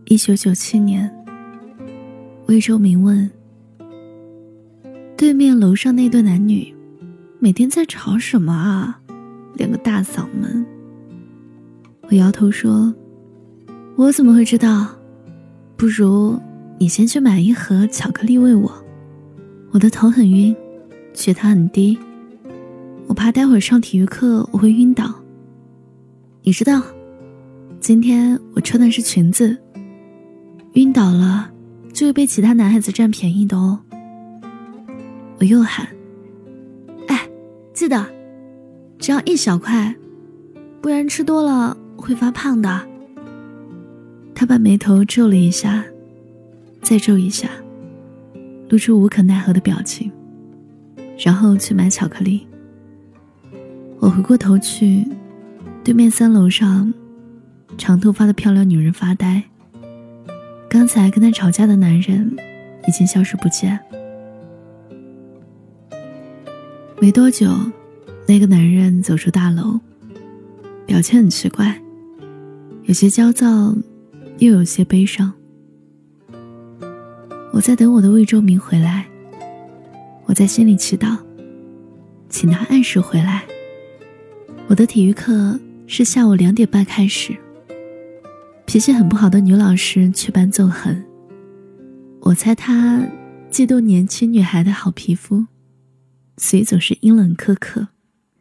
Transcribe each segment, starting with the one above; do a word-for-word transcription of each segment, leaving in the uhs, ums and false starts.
一九九七年，魏周明问：对面楼上那对男女每天在吵什么啊？两个大嗓门。我摇头说：我怎么会知道？不如你先去买一盒巧克力喂我。我的头很晕，血糖很低，我怕待会儿上体育课我会晕倒。你知道，今天我穿的是裙子，晕倒了就会被其他男孩子占便宜的哦。我又喊：哎，记得只要一小块，不然吃多了会发胖的。他把眉头皱了一下，再皱一下，露出无可奈何的表情，然后去买巧克力。我回过头去，对面三楼上长头发的漂亮女人发呆，刚才跟她吵架的男人已经消失不见。没多久，那个男人走出大楼，表情很奇怪，有些焦躁，又有些悲伤。我在等我的魏周明回来，我在心里祈祷，请他按时回来。我的体育课是下午两点半开始，脾气很不好的女老师去班纵横，我猜她嫉妒年轻女孩的好皮肤，所以总是阴冷苛刻。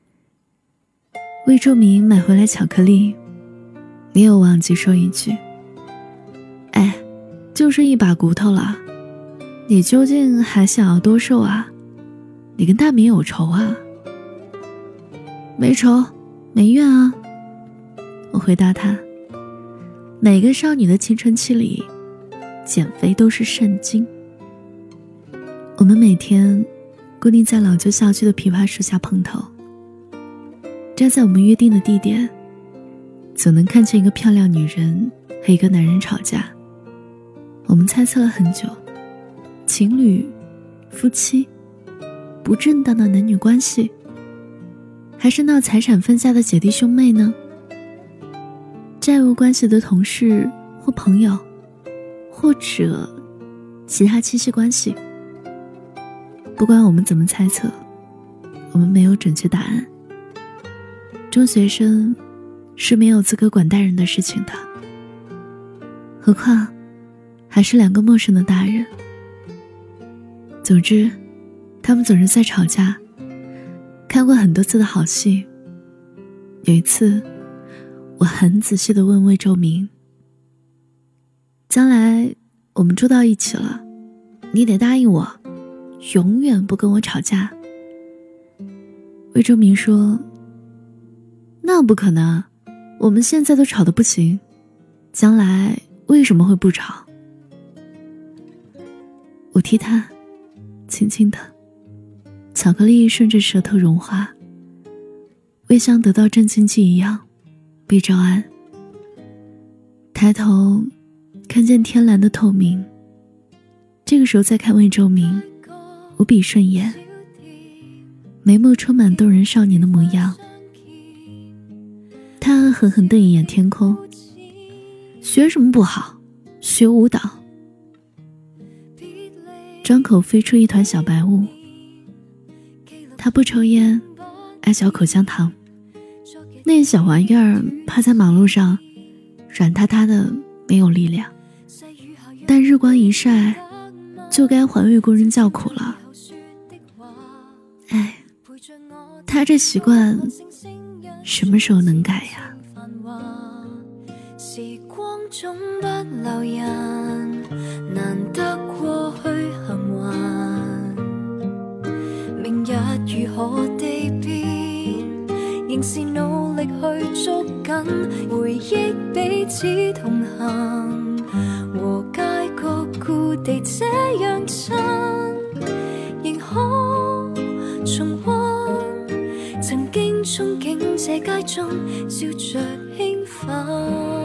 魏周明买回来巧克力，没有忘记说一句：哎，就剩一把骨头了，你究竟还想要多瘦啊？你跟大明有仇啊？没仇，没怨啊。我回答他，每个少女的青春期里，减肥都是圣经。我们每天固定在老旧校区的枇杷树下碰头，站在我们约定的地点，总能看见一个漂亮女人和一个男人吵架。我们猜测了很久，情侣、夫妻、不正当的男女关系，还是闹财产分家的姐弟兄妹呢？债务关系的同事或朋友，或者其他亲戚关系。不管我们怎么猜测，我们没有准确答案。中学生是没有资格管大人的事情的，何况还是两个陌生的大人。总之，他们总是在吵架。看过很多次的好戏，有一次我很仔细地问魏周明：将来我们住到一起了，你得答应我，永远不跟我吵架。魏周明说：那不可能，我们现在都吵得不行，将来为什么会不吵？我替他轻轻的，巧克力顺着舌头融化，味像得到镇静剂一样被照安。抬头看见天蓝的透明，这个时候再看魏周明，无比顺眼，眉目充满动人少年的模样。他恶狠狠瞪一眼天空，学什么不好，学舞蹈。张口飞出一团小白雾。他不抽烟，爱嚼口香糖，那小玩意儿趴在马路上，软塌塌的，没有力量，但日光一晒，就该还为工人叫苦了。哎，他这习惯什么时候能改呀？ 時光總不留人，難得過去幸運，明日如何地變，仍是努力去捉緊，回憶彼此同行，和街角故地這樣親，仍可重溫曾經憧憬這街中笑着興奮。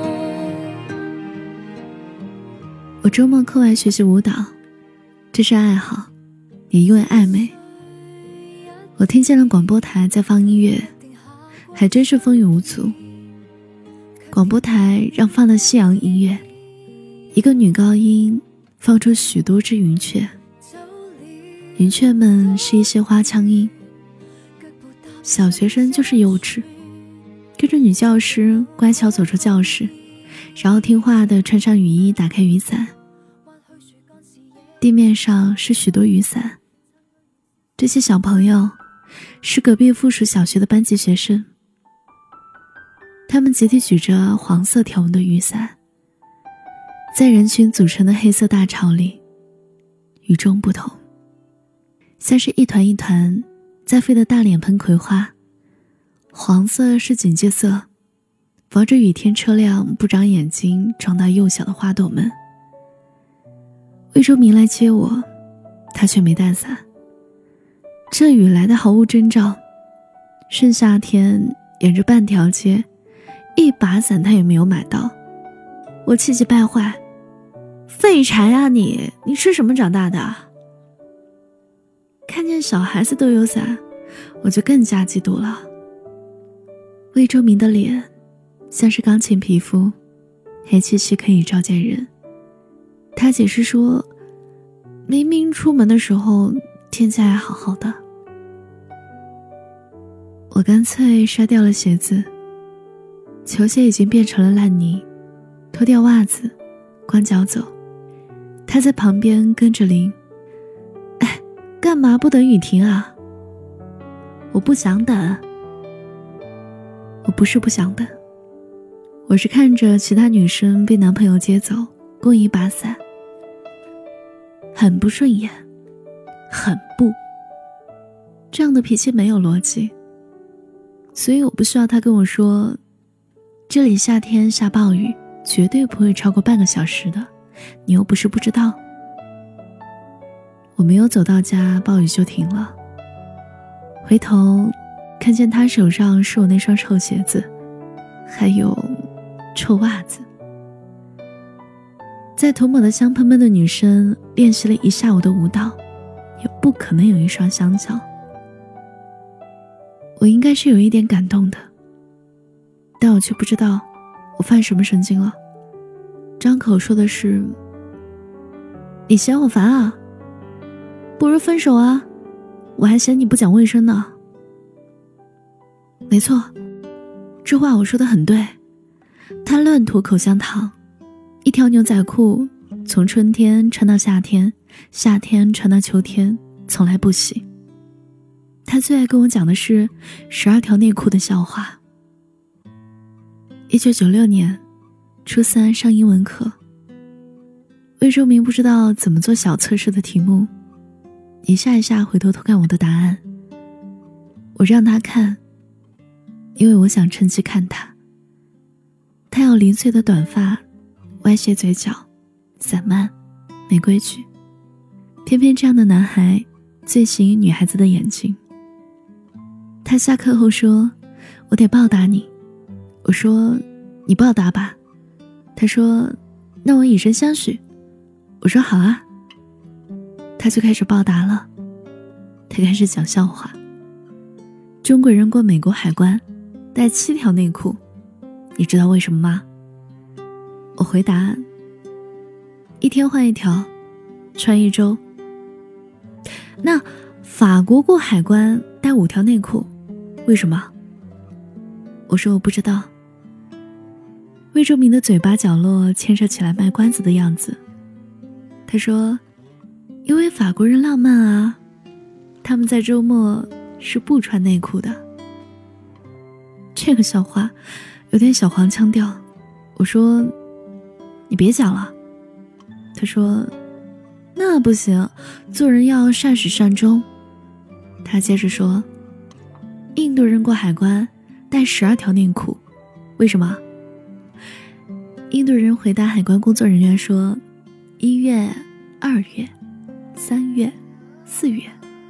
我周末課外學習舞蹈，這是愛好，也因為曖昧。我聽見了廣播台在放音樂，還真是風雨無阻。廣播台讓放了西洋音樂， 一个女高音放出许多只云雀，云雀们是一些花腔音。小学生就是幼稚，跟着女教师乖巧走出教室，然后听话地穿上雨衣，打开雨伞。地面上是许多雨伞，这些小朋友是隔壁附属小学的班级学生，他们集体举着黄色条纹的雨伞，在人群组成的黑色大潮里与众不同，像是一团一团在飞的大脸盆葵花。黄色是警戒色，防止雨天车辆不长眼睛撞到幼小的花朵们。魏周明来接我，他却没带伞。这雨来得毫无征兆，盛夏天沿着半条街，一把伞他也没有买到。我气急败坏，废柴啊你，你吃什么长大的？看见小孩子都有伞，我就更加嫉妒了。魏周明的脸像是钢琴皮肤，黑漆漆可以照见人。他解释说，明明出门的时候天气还好好的。我干脆摔掉了鞋子，球鞋已经变成了烂泥，脱掉袜子，光脚走。他在旁边跟着淋，哎，干嘛不等雨停啊？我不想等。我不是不想等，我是看着其他女生被男朋友接走，共一把伞，很不顺眼，很不。这样的脾气没有逻辑，所以我不需要他跟我说，这里夏天下暴雨，绝对不会超过半个小时的，你又不是不知道。我没有走到家，暴雨就停了。回头看见他手上是我那双臭鞋子，还有臭袜子。在涂抹的香喷喷的女生练习了一下午的舞蹈，也不可能有一双香脚。我应该是有一点感动的，但我却不知道我犯什么神经了。张口说的是，你嫌我烦啊？不如分手啊，我还嫌你不讲卫生呢。没错，这话我说得很对。他乱涂口香糖，一条牛仔裤从春天穿到夏天，夏天穿到秋天，从来不洗。他最爱跟我讲的是十二条内裤的笑话。一九九六年初三上英文课，魏周明不知道怎么做小测试的题目，一下一下回头偷看我的答案。我让他看，因为我想趁机看他。他有零碎的短发，歪斜嘴角，散漫，没规矩。偏偏这样的男孩最吸引女孩子的眼睛。他下课后说，我得报答你。我说，你报答吧。他说，那我以身相许。我说好啊。他就开始报答了。他开始讲笑话。中国人过美国海关带七条内裤，你知道为什么吗？我回答，一天换一条，穿一周。那法国过海关带五条内裤，为什么？我说我不知道。魏周明的嘴巴角落牵扯起来卖关子的样子。他说，因为法国人浪漫啊，他们在周末是不穿内裤的。这个笑话有点小黄腔调。我说，你别讲了。他说，那不行，做人要善始善终。他接着说，印度人过海关带十二条内裤，为什么？印度人回答海关工作人员说，一月、二月、三月、四月。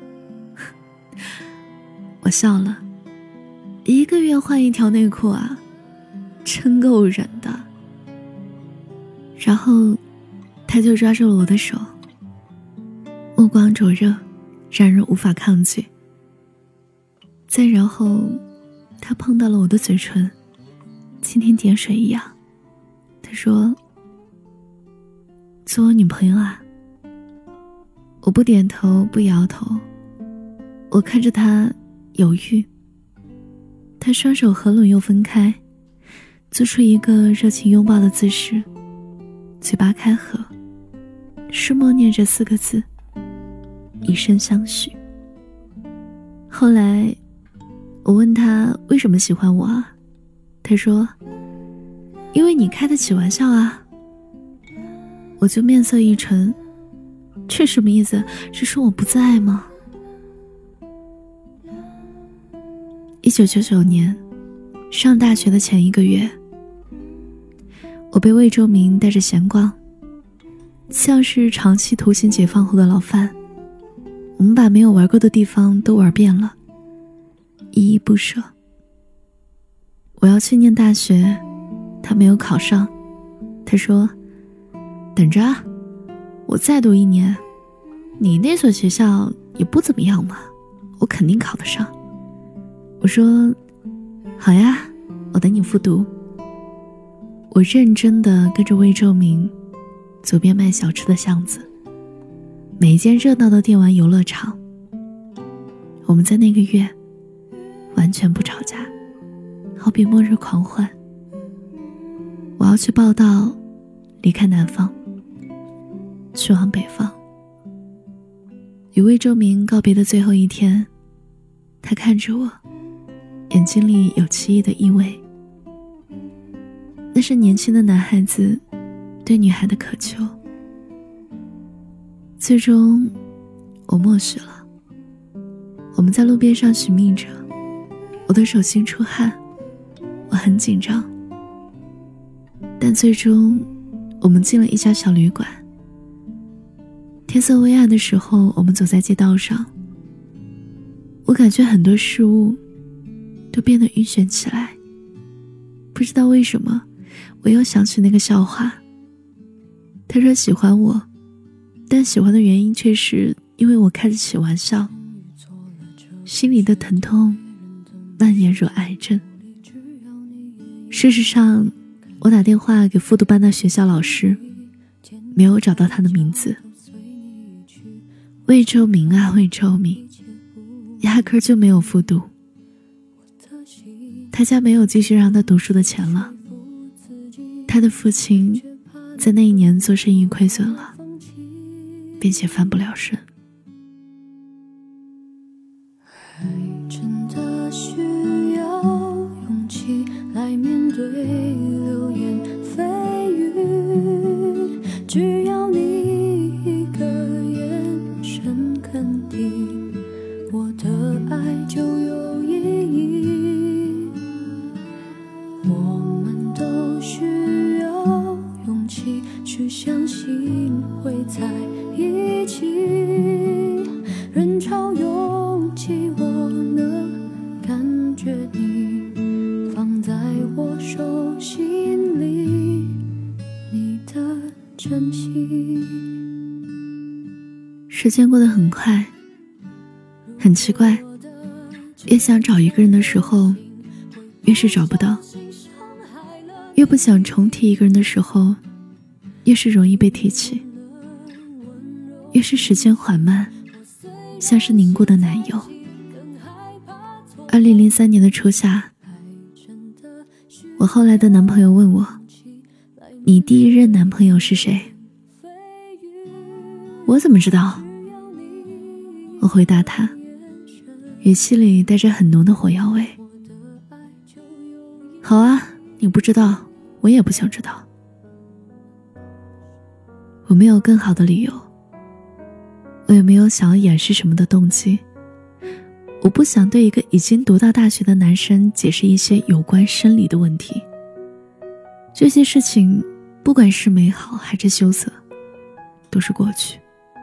我笑了，一个月换一条内裤啊，真够忍的。然后他就抓住了我的手，目光灼热，让人无法抗拒。再然后他碰到了我的嘴唇，蜻蜓点水一样。他说， 做我女朋友啊？我不点头不摇头，我看着他犹豫。他双手合拢又分开，做出一个热情拥抱的姿势，嘴巴开合，是默念着四个字，以身相许。后来我问他为什么喜欢我啊，他说因为你开得起玩笑啊。我就面色一沉，这什么意思？是说我不在吗？一九九九年上大学的前一个月，我被魏周明带着闲逛，像是长期图形解放后的老范，我们把没有玩过的地方都玩遍了，依依不舍。我要去念大学，他没有考上，他说等着啊，我再读一年，你那所学校也不怎么样嘛，我肯定考得上。我说好呀，我等你复读。我认真地跟着魏周明走遍卖小吃的巷子，每一间热闹的电玩游乐场。我们在那个月完全不吵架，好比末日狂欢。我要去报到，离开南方，去往北方。与魏周明告别的最后一天，他看着我，眼睛里有奇异的意味。那是年轻的男孩子对女孩的渴求。最终我默许了。我们在路边上寻觅着，我的手心出汗，我很紧张。但最终我们进了一家小旅馆。天色微暗的时候，我们走在街道上，我感觉很多事物都变得晕眩起来。不知道为什么，我又想起那个笑话。他说喜欢我，但喜欢的原因却是因为我开得起玩笑。心里的疼痛蔓延如癌症。事实上，我打电话给复读班的学校老师，没有找到他的名字。魏周明啊魏周明，压根就没有复读。他家没有继续让他读书的钱了，他的父亲在那一年做生意亏损了，并且翻不了身。 爱真的需要勇气来面对流言蜚语，只要你一个眼神肯定，我的爱就有意义。我们都需要勇气去相信会在一起，人潮拥挤，我能感觉你放在我手心里，你的真心。 时间过得很快，很奇怪，越想找一个人的时候，越是找不到；越不想重提一个人的时候，越是容易被提起。越是时间缓慢，像是凝固的奶油。二零零三年的初夏，我后来的男朋友问我，你第一任男朋友是谁？我怎么知道？我回答他，语气里带着很浓的火药味。好啊，你不知道，我也不想知道。我没有更好的理由，我也没有想要掩饰什么的动机。我不想对一个已经读到大学的男生解释一些有关生理的问题。这些事情不管是美好还是羞涩，都是过去。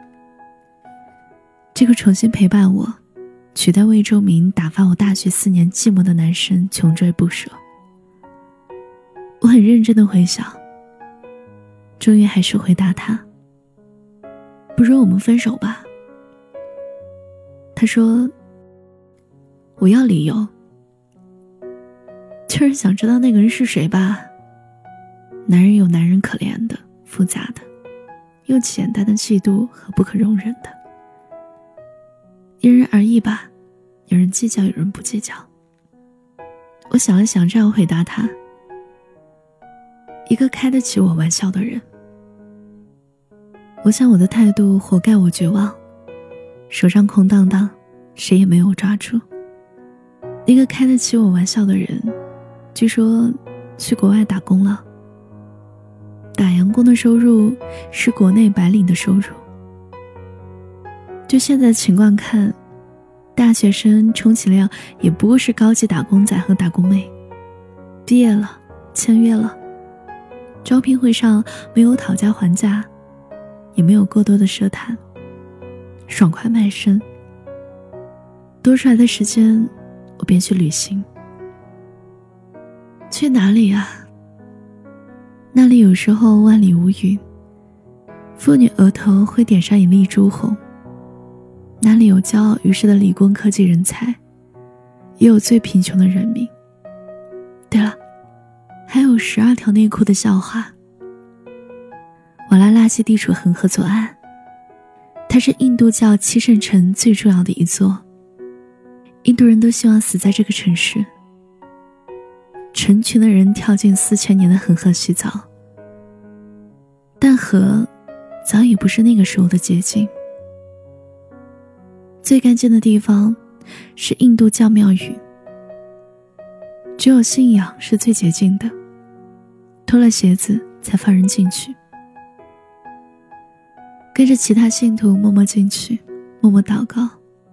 这个重新陪伴我，取代魏周明打发我大学四年寂寞的男生穷追不舍。我很认真地回想，终于还是回答他，不如我们分手吧。他说，我要理由，就是想知道那个人是谁吧。男人有男人可怜的复杂的， 又简单的嫉妒和不可容忍的。因人而异吧，有人计较，有人不计较。我想了想，这样回答他：一个开得起我玩笑的人。我想我的态度活该我绝望，手上空荡荡，谁也没有抓住。一个开得起我玩笑的人，据说去国外打工了。打洋工的收入是国内白领的收入。就现在的情况看，大学生充其量也不过是高级打工仔和打工妹。毕业了，签约了，招聘会上没有讨价还价，也没有过多的奢谈，爽快卖身。多出来的时间，我便去旅行。去哪里啊？那里有时候万里无云，妇女额头会点上一粒朱红。哪里有骄傲于世的理工科技人才，也有最贫穷的人民。对了，还有十二条内裤的笑话。瓦拉纳西地处恒河左岸，它是印度教七圣城最重要的一座。印度人都希望死在这个城市。成群的人跳进四千年的恒河洗澡，但河早已不是那个时候的洁净。最干净的地方是印度教庙宇，只有信仰是最洁净的，脱了鞋子才放人进去。跟着其他信徒默默进去，默默祷告。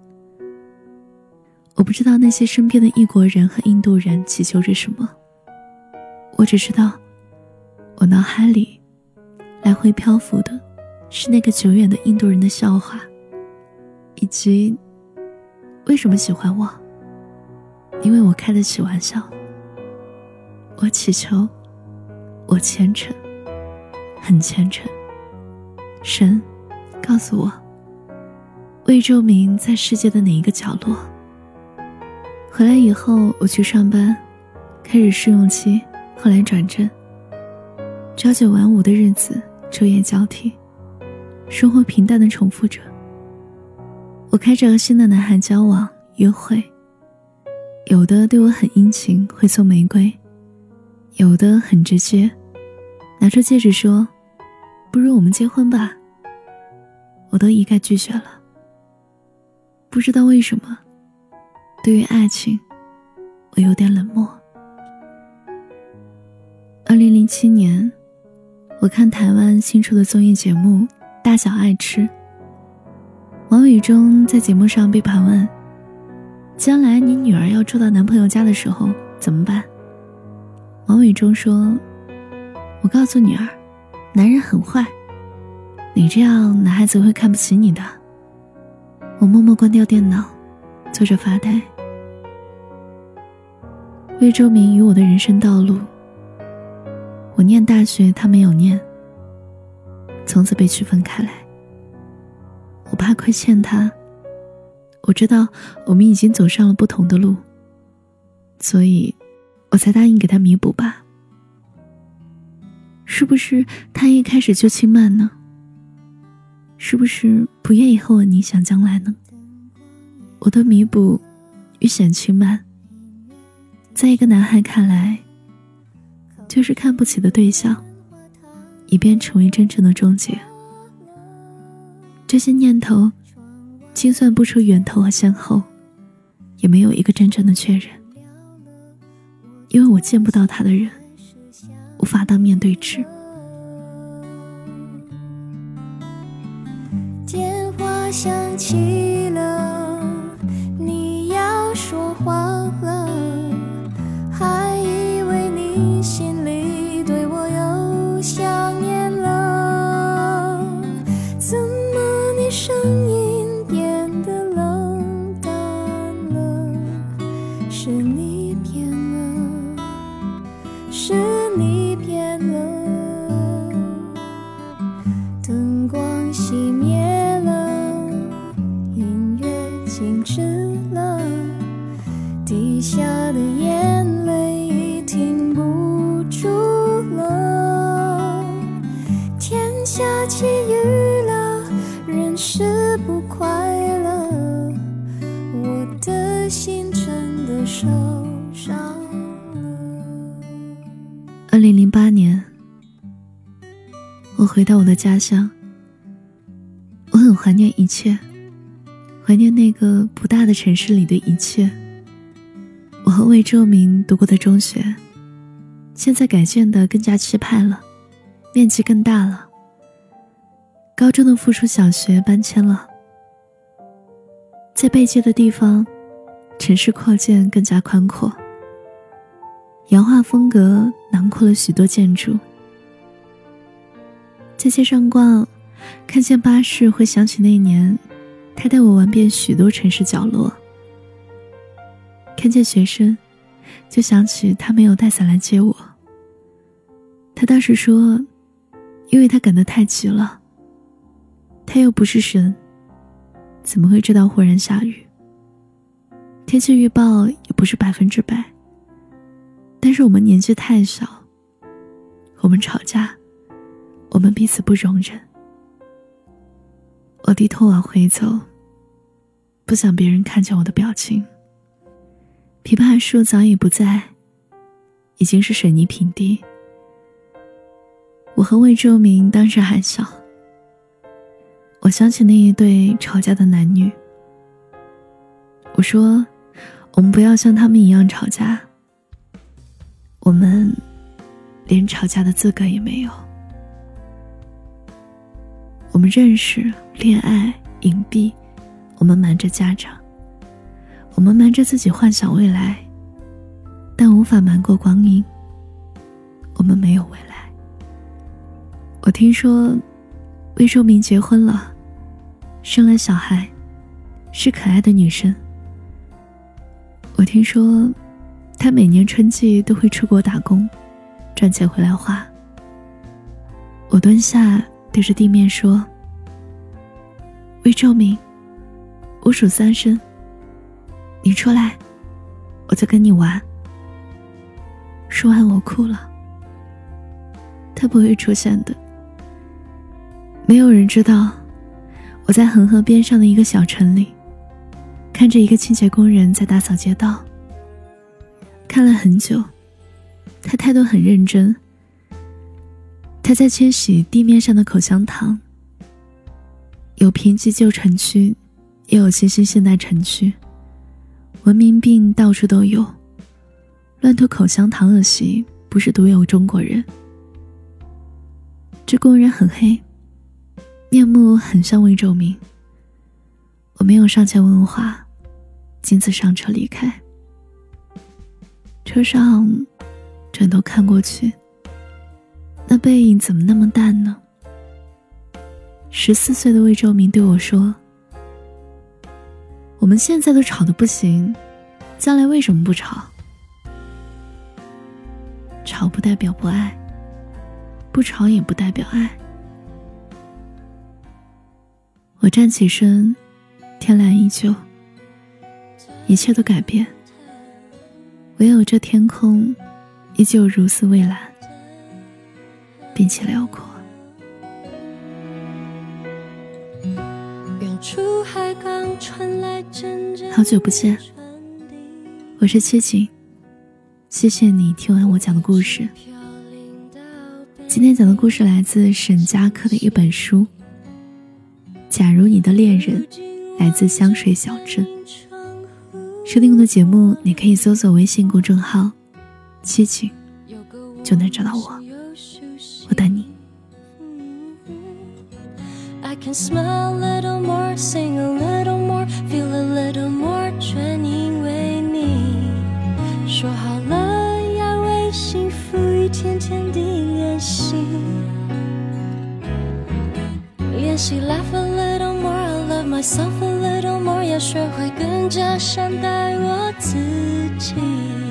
我不知道那些身边的异国人和印度人祈求着什么，我只知道我脑海里来回漂浮的是那个久远的印度人的笑话，以及为什么喜欢我。因为我开得起玩笑，我祈求，我虔诚，很虔诚。神告诉我，魏州明在世界的哪一个角落。回来以后，我去上班，开始试用期，后来转正。朝九晚五的日子，昼夜交替，生活平淡地重复着。我开始和新的男孩交往约会，有的对我很殷勤，会送玫瑰，有的很直接，拿出戒指说，不如我们结婚吧。我都一概拒绝了。不知道为什么，对于爱情我有点冷漠。二零零七年，我看台湾新出的综艺节目《大小爱吃》，王伟忠在节目上被盘问，将来你女儿要住到男朋友家的时候怎么办？王伟忠说，我告诉女儿，男人很坏，你这样男孩子会看不起你的。我默默关掉电脑，坐着发呆。魏周明与我的人生道路，我念大学，他没有念，从此被区分开来。我怕亏欠他，我知道我们已经走上了不同的路，所以我才答应给他弥补吧。是不是他一开始就轻慢呢？是不是不愿意和我逆向将来呢？我的弥补与显轻慢，在一个男孩看来就是看不起的对象，以便成为真正的终结。这些念头精算不出源头和先后，也没有一个真正的确认，因为我见不到他的人，无法当面对质。 电话响起了，你要说话了，还以为你心里对我有想念了，怎么你声音变得冷淡了？是你变了，是你变了，灯光熄灭了，音乐静止了，滴下的眼泪停不住了，天下际遇了，人是不快乐，我的心真的受伤了。 二零零八年，我回到我的家乡，我很怀念一切，怀念那个不大的城市里的一切。我和魏周明读过的中学，现在改建得更加气派了，面积更大了。高中的附属小学搬迁了，在背街的地方，城市扩建更加宽阔，洋化风格囊括了许多建筑。在街上逛，看见巴士会想起那年他带我玩遍许多城市角落，看见学生就想起他没有带伞来接我。他当时说，因为他赶得太急了，他又不是神，怎么会知道忽然下雨？天气预报也不是百分之百，但是我们年纪太小，我们吵架，我们彼此不容忍。我低头往回走，不想别人看见我的表情。枇杷树早已不在，已经是水泥平地。我和魏周明当时还小，我想起那一对吵架的男女，我说我们不要像他们一样吵架，我们连吵架的资格也没有。我们认识、恋爱、隐蔽，我们瞒着家长，我们瞒着自己幻想未来，但无法瞒过光阴，我们没有未来。我听说魏周明结婚了，生了小孩，是可爱的女生。我听说他每年春季都会出国打工，赚钱回来花。我蹲下对着地面说，魏周明，我数三声，你出来，我就跟你玩。说完我哭了。他不会出现的，没有人知道我在恒河边上的一个小城里，看着一个清洁工人在打扫街道，看了很久，他态度很认真。他在清洗地面上的口香糖，有贫瘠旧城区，也有新兴现代城区，文明病到处都有，乱吐口香糖恶习不是独有中国人。这工人很黑，面目很像魏周明。我没有上前问话，径自上车离开。车上转头看过去，那背影怎么那么淡呢？十四岁的魏周明对我说，我们现在都吵得不行，将来为什么不吵？吵不代表不爱，不吵也不代表爱。我站起身，天蓝依旧，一切都改变，唯有这天空依旧如此蔚蓝，并且辽阔。好久不见，我是七景，谢谢你听完我讲的故事。今天讲的故事来自沈佳柯的一本书，假如你的恋人来自香水小镇。收听我的节目，你可以搜索微信公众号七景，就能找到我。我等你。 I can smile a little more, sing a little more, feel a little more， 全因为你说好了要为幸福一天天地练习，练习 laugh a little more, I love myself a little more， 要学会更加善待我自己。